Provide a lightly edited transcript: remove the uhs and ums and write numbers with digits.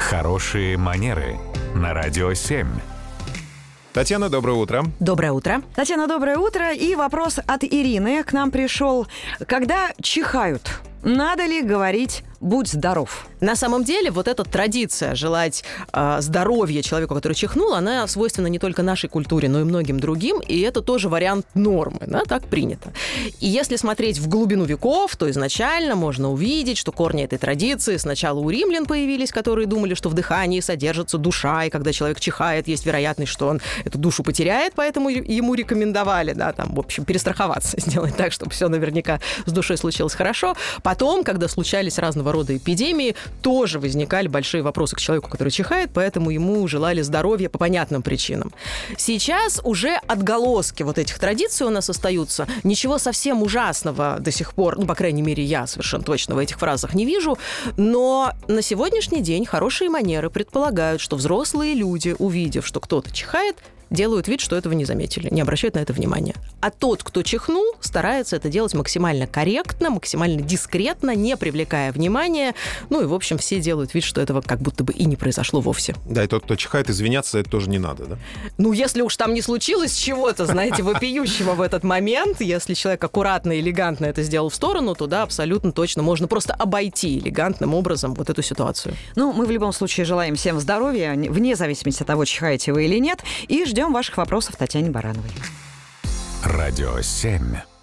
Хорошие манеры на Радио 7. Татьяна, доброе утро. Доброе утро. Татьяна, доброе утро. И вопрос от Ирины к нам пришел. Когда чихают, надо ли говорить «будь здоров»? На самом деле, вот эта традиция желать здоровья человеку, который чихнул, она свойственна не только нашей культуре, но и многим другим, и это тоже вариант нормы, да, так принято. И если смотреть в глубину веков, то изначально можно увидеть, что корни этой традиции сначала у римлян появились, которые думали, что в дыхании содержится душа, и когда человек чихает, есть вероятность, что он эту душу потеряет, поэтому ему рекомендовали, да, там, в общем, перестраховаться, сделать так, чтобы все наверняка с душой случилось хорошо. Потом, когда случались разного рода эпидемии, тоже возникали большие вопросы к человеку, который чихает, поэтому ему желали здоровья по понятным причинам. Сейчас уже отголоски вот этих традиций у нас остаются. Ничего совсем ужасного до сих пор, по крайней мере, я совершенно точно в этих фразах не вижу, но на сегодняшний день хорошие манеры предполагают, что взрослые люди, увидев, что кто-то чихает, делают вид, что этого не заметили, не обращают на это внимания. А тот, кто чихнул, старается это делать максимально корректно, максимально дискретно, не привлекая внимания. Ну и, в общем, все делают вид, что этого как будто бы и не произошло вовсе. Да, и тот, кто чихает, извиняться это тоже не надо, да? Ну, если уж там не случилось чего-то, знаете, вопиющего в этот момент, если человек аккуратно и элегантно это сделал в сторону, то да, абсолютно точно можно просто обойти элегантным образом вот эту ситуацию. Ну, мы в любом случае желаем всем здоровья, вне зависимости от того, чихаете вы или нет, и ждем ваших вопросов Татьяне Барановой. Радио 7.